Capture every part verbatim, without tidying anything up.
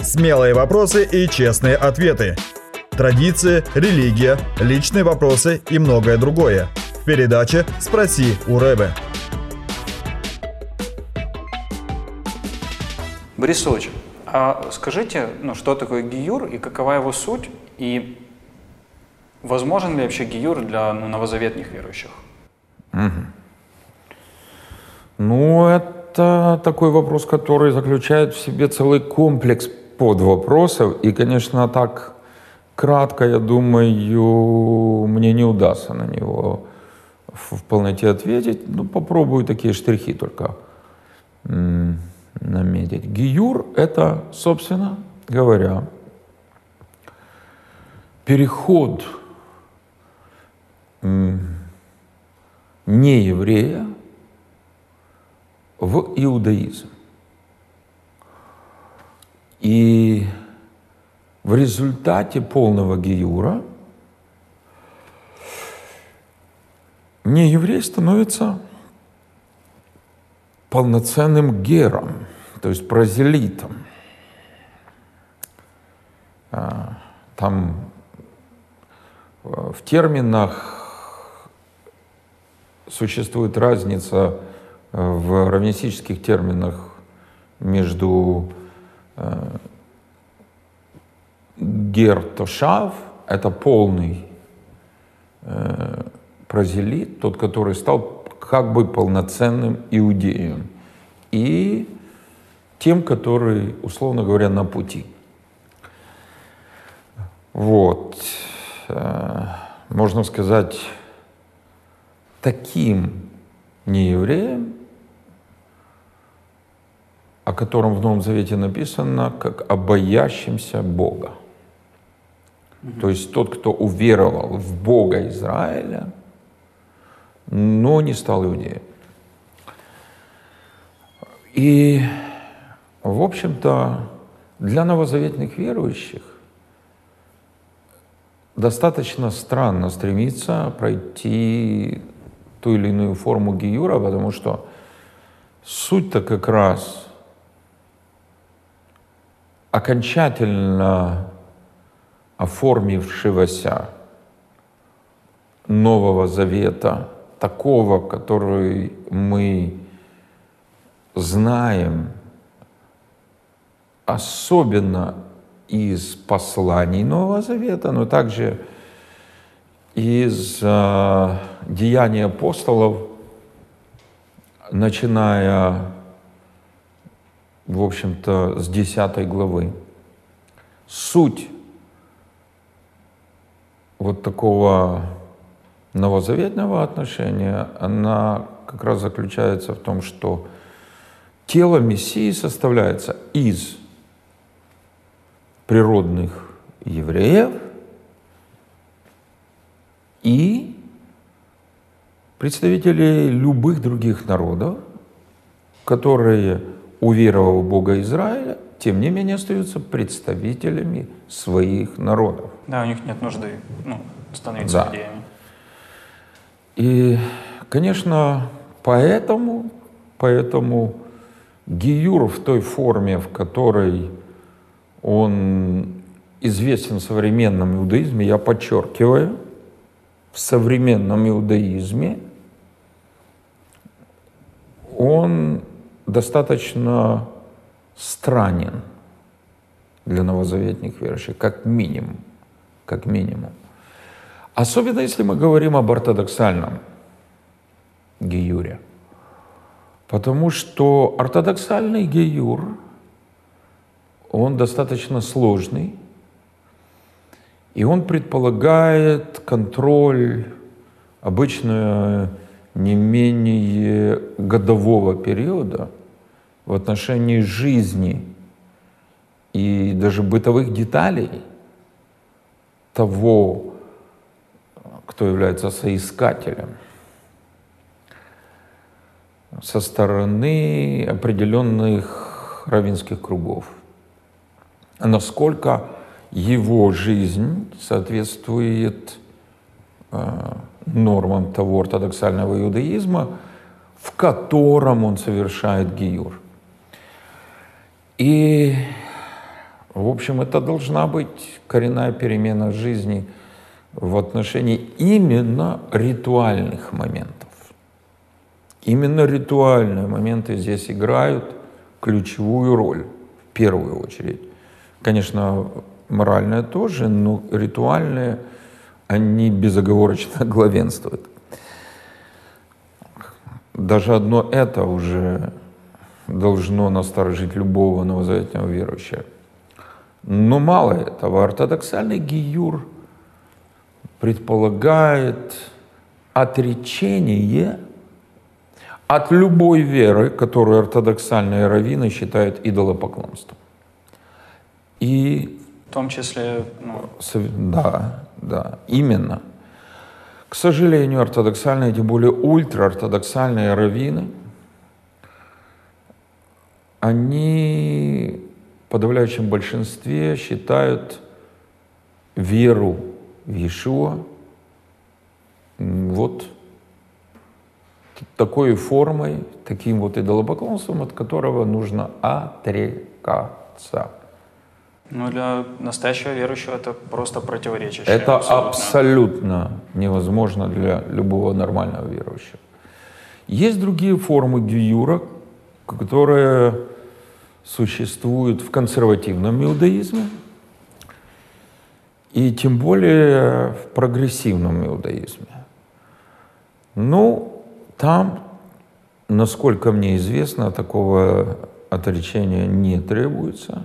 Смелые вопросы и честные ответы. Традиции, религия, личные вопросы и многое другое. В передаче «Спроси у Ребе». Борис Ильич, а скажите, ну, что такое гиюр и какова его суть, и возможен ли вообще гиюр для ну, новозаветных верующих? Угу. Ну, это такой вопрос, который заключает в себе целый комплекс подвопросов, и, конечно, так кратко, я думаю, мне не удастся на него в полноте ответить. Ну, попробую такие штрихи только м- наметить. Гиюр — это, собственно говоря, переход м- нееврея в иудаизм. И в результате полного гиюра нееврей становится полноценным гером, то есть прозелитом. Там в терминах существует разница в раввинистических терминах между гер тошав — это полный э, прозелит, тот, который стал как бы полноценным иудеем, и тем, который, условно говоря, на пути. Вот. Э, можно сказать, таким неевреем, о котором в Новом Завете написано, как о боящемся Бога. Mm-hmm. То есть тот, кто уверовал в Бога Израиля, но не стал иудеем. И, в общем-то, для новозаветных верующих достаточно странно стремиться пройти ту или иную форму гиюра, потому что суть-то как раз окончательно оформившегося Нового Завета, такого, который мы знаем особенно из посланий Нового Завета, но также из э, деяний апостолов, начиная, в общем-то, с десятой главы. Суть вот такого новозаветного отношения, она как раз заключается в том, что тело Мессии составляется из природных евреев и представителей любых других народов, которые, уверовав в Бога Израиля, тем не менее остаются представителями своих народов. Да, у них нет нужды ну, становиться да. иудеями. И, конечно, поэтому, поэтому гиюр в той форме, в которой он известен в современном иудаизме, я подчеркиваю, в современном иудаизме он достаточно странен для новозаветных верующих, как минимум, как минимум. Особенно если мы говорим об ортодоксальном гиюре. Потому что ортодоксальный гиюр, он достаточно сложный, и он предполагает контроль обычно не менее годового периода в отношении жизни и даже бытовых деталей того, кто является соискателем, со стороны определенных раввинских кругов. Насколько его жизнь соответствует э, нормам того ортодоксального иудаизма, в котором он совершает гиюр. И В общем, это должна быть коренная перемена жизни в отношении именно ритуальных моментов. Именно ритуальные моменты здесь играют ключевую роль, в первую очередь. Конечно, моральные тоже, но ритуальные, они безоговорочно главенствуют. Даже одно это уже должно насторожить любого новозаветного верующего. Но мало этого. Ортодоксальный гиюр предполагает отречение от любой веры, которую ортодоксальные раввины считают идолопоклонством. И В том числе, ну, да, да, именно. К сожалению, ортодоксальные, тем более ультраортодоксальные раввины, они в подавляющем большинстве считают веру в Иешуа вот такой формой, таким вот идолопоклонством, от которого нужно отрекаться. ну, для настоящего верующего это просто противоречие. Это абсолютно. абсолютно невозможно для любого нормального верующего. Есть другие формы гиюра, которые существуют в консервативном иудаизме, и тем более в прогрессивном иудаизме. Ну, там, насколько мне известно, такого отречения не требуется.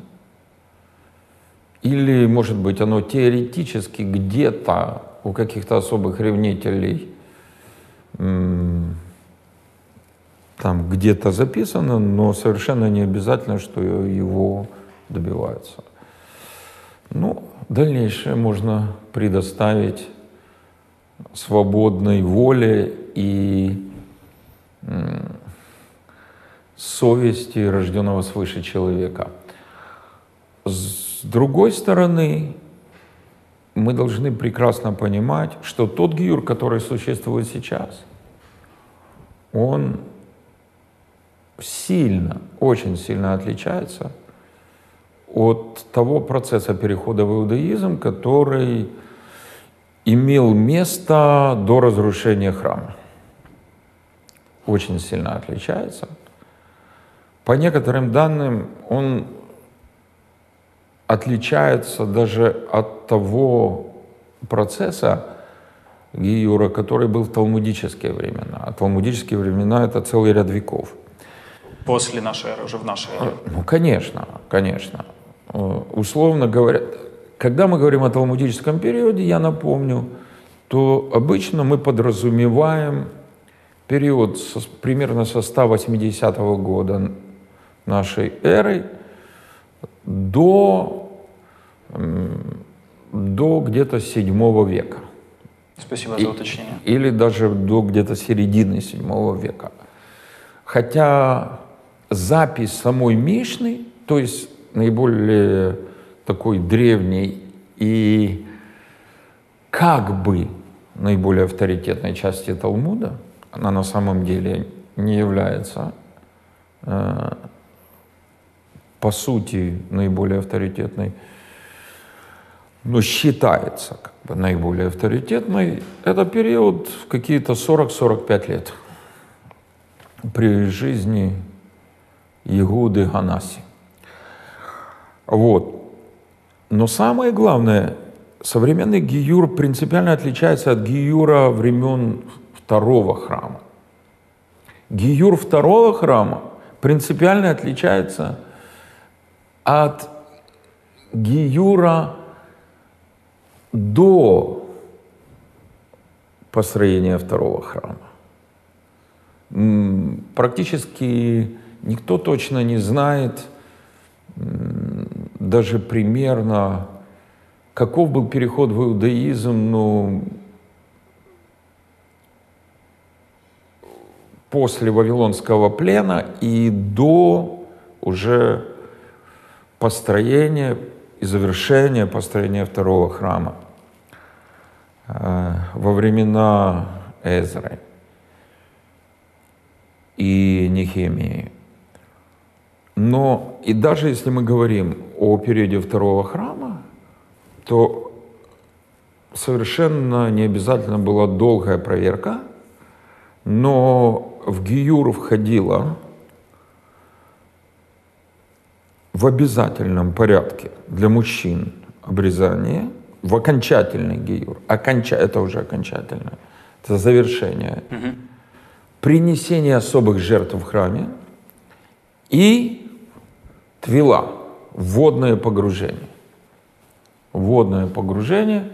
Или, может быть, оно теоретически где-то у каких-то особых ревнителей м- там где-то записано, но совершенно не обязательно, что его добиваются. Ну, дальнейшее можно предоставить свободной воле и м- совести рожденного свыше человека. С другой стороны, мы должны прекрасно понимать, что тот гиюр, который существует сейчас, он сильно, очень сильно отличается от того процесса перехода в иудаизм, который имел место до разрушения храма. Очень сильно отличается. По некоторым данным, он отличается даже от того процесса гиюра, который был в талмудические времена. А талмудические времена — это целый ряд веков. После нашей эры, уже в нашей эре. Ну, конечно, конечно. Условно говоря, когда мы говорим о талмудическом периоде, я напомню, то обычно мы подразумеваем период со, примерно со ста восьмидесятого года нашей эры до, до где-то седьмого века. Спасибо И, за уточнение. или даже до где-то середины седьмого века. Хотя запись самой Мишны, то есть наиболее такой древней и как бы наиболее авторитетной части Талмуда, она на самом деле не является э, по сути наиболее авторитетной, но считается как бы наиболее авторитетной. Это период в какие-то сорок-сорок пять лет при жизни Иуды Ганаси. Вот. Но самое главное, современный гиюр принципиально отличается от гиюра времен второго храма. Гиюр второго храма принципиально отличается от гиюра до построения второго храма. Практически никто точно не знает даже примерно, каков был переход в иудаизм, ну, после Вавилонского плена и до уже построения и завершения построения второго храма во времена Эзры и Нехемии. Но и даже если мы говорим о периоде второго храма, то совершенно не обязательно была долгая проверка, но в гиюр входило в обязательном порядке для мужчин обрезание, в окончательный гиюр, оконча, это уже окончательное, это завершение, угу. принесение особых жертв в храме и твила, водное погружение. Водное погружение.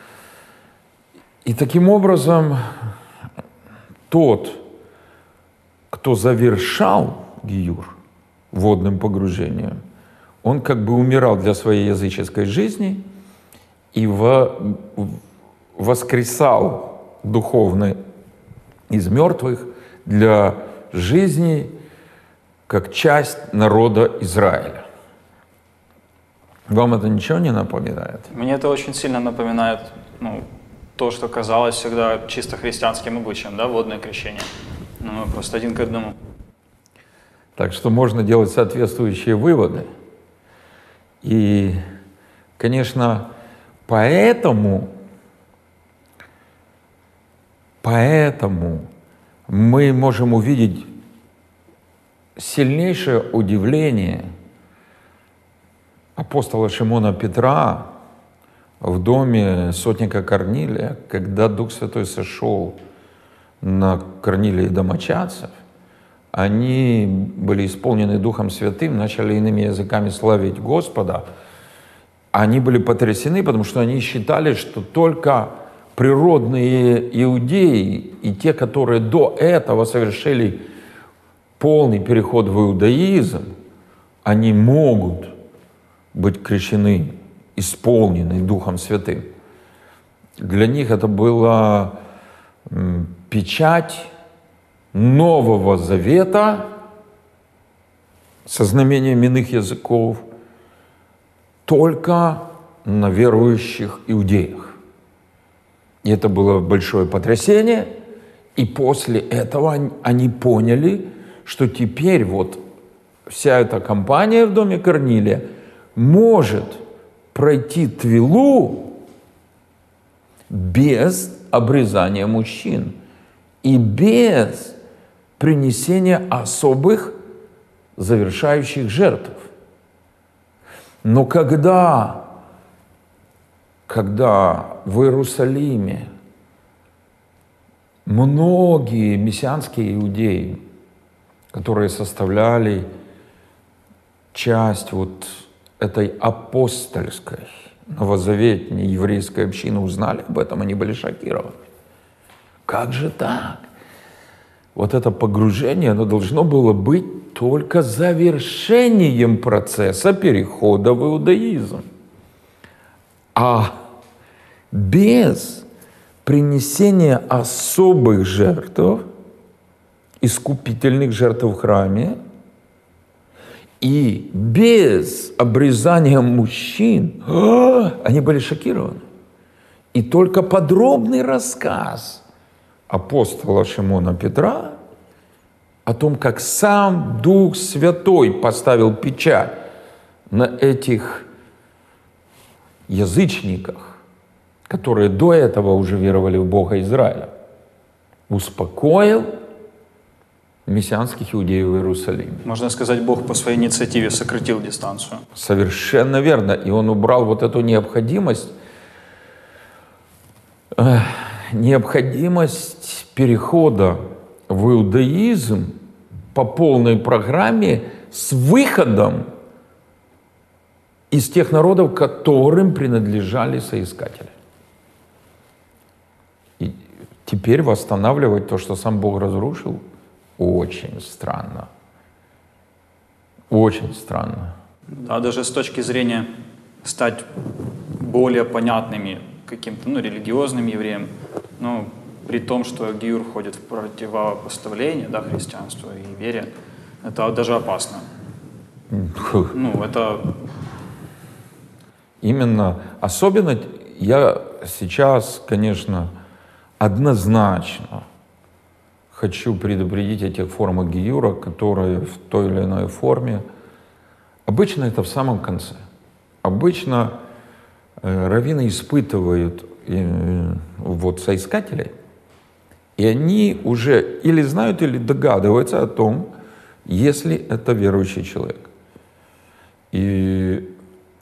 И таким образом тот, кто завершал гиюр водным погружением, он как бы умирал для своей языческой жизни и во, воскресал духовно из мертвых для жизни как часть народа Израиля. Вам это ничего не напоминает? Мне это очень сильно напоминает, ну, то, что казалось всегда чисто христианским обычаем, да, водное крещение. Ну, просто один к одному. Так что можно делать соответствующие выводы. И, конечно, поэтому, поэтому мы можем увидеть сильнейшее удивление апостола Шимона Петра в доме сотника Корнилия, когда Дух Святой сошел на Корнилия и домочадцев. Они были исполнены Духом Святым, начали иными языками славить Господа. Они были потрясены, потому что они считали, что только природные иудеи и те, которые до этого совершили полный переход в иудаизм, они могут быть крещены, исполнены Духом Святым. Для них это была печать Нового Завета со знамением иных языков только на верующих иудеях. И это было большое потрясение, и после этого они поняли, что теперь вот вся эта компания в доме Корнилия может пройти твилу без обрезания мужчин и без принесения особых завершающих жертв. Но когда, когда в Иерусалиме многие мессианские иудеи, которые составляли часть вот этой апостольской, новозаветней еврейской общины, узнали об этом, они были шокированы. Как же так? Вот это погружение, оно должно было быть только завершением процесса перехода в иудаизм. А без принесения особых жертв, искупительных жертв в храме, и без обрезания мужчин, они были шокированы. И только подробный рассказ апостола Шимона Петра о том, как сам Дух Святой поставил печать на этих язычниках, которые до этого уже веровали в Бога Израиля, успокоил мессианских иудеев в Иерусалиме. Можно сказать, Бог по своей инициативе сократил дистанцию. Совершенно верно. И Он убрал вот эту необходимость, э, необходимость перехода в иудаизм по полной программе с выходом из тех народов, которым принадлежали соискатели. И теперь восстанавливать то, что сам Бог разрушил, очень странно. Очень странно. Да, даже с точки зрения стать более понятными каким-то, ну, религиозным евреям, ну, при том, что гиюр входит в противопоставление, да, христианству и вере, это даже опасно. Ну, это... Именно, особенно я сейчас, конечно, однозначно хочу предупредить о тех формах гиюра, которые в той или иной форме Обычно это в самом конце. Обычно э, раввины испытывают э, вот соискателей, и они уже или знают, или догадываются о том, если это верующий человек. И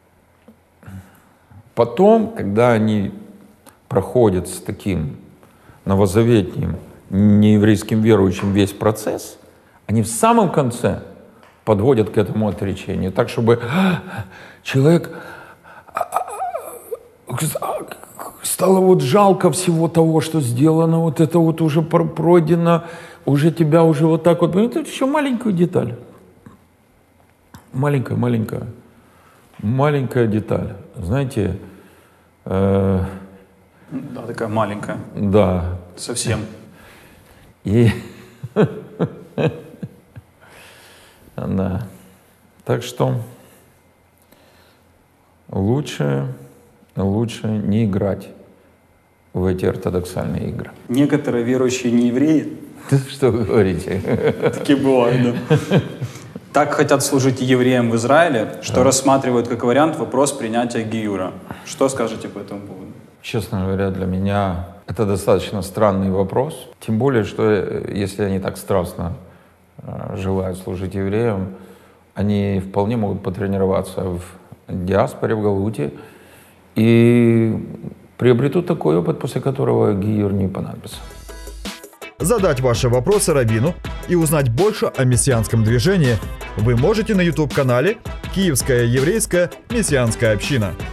потом, когда они проходят с таким новозаветним, нееврейским верующим весь процесс, они в самом конце подводят к этому отречению, так, чтобы человек стало вот жалко всего того, что сделано, вот это вот уже пройдено, уже тебя уже вот так вот, это еще маленькую деталь. Маленькая, маленькая, маленькая деталь. Знаете, э, Да, такая маленькая. да. Совсем. И да. Так что лучше, лучше не играть в эти ортодоксальные игры. Некоторые верующие неевреи, Что вы говорите? такие бывают, да, так хотят служить евреям в Израиле, что Да. рассматривают как вариант вопрос принятия гиюра. Что скажете по этому поводу? Честно говоря, для меня это достаточно странный вопрос. Тем более, что э, если они так страстно э, желают служить евреям, они вполне могут потренироваться в диаспоре, в Галуте, и приобретут такой опыт, после которого гиюр не понадобится. Задать ваши вопросы раввину и узнать больше о мессианском движении вы можете на YouTube-канале «Киевская еврейская мессианская община».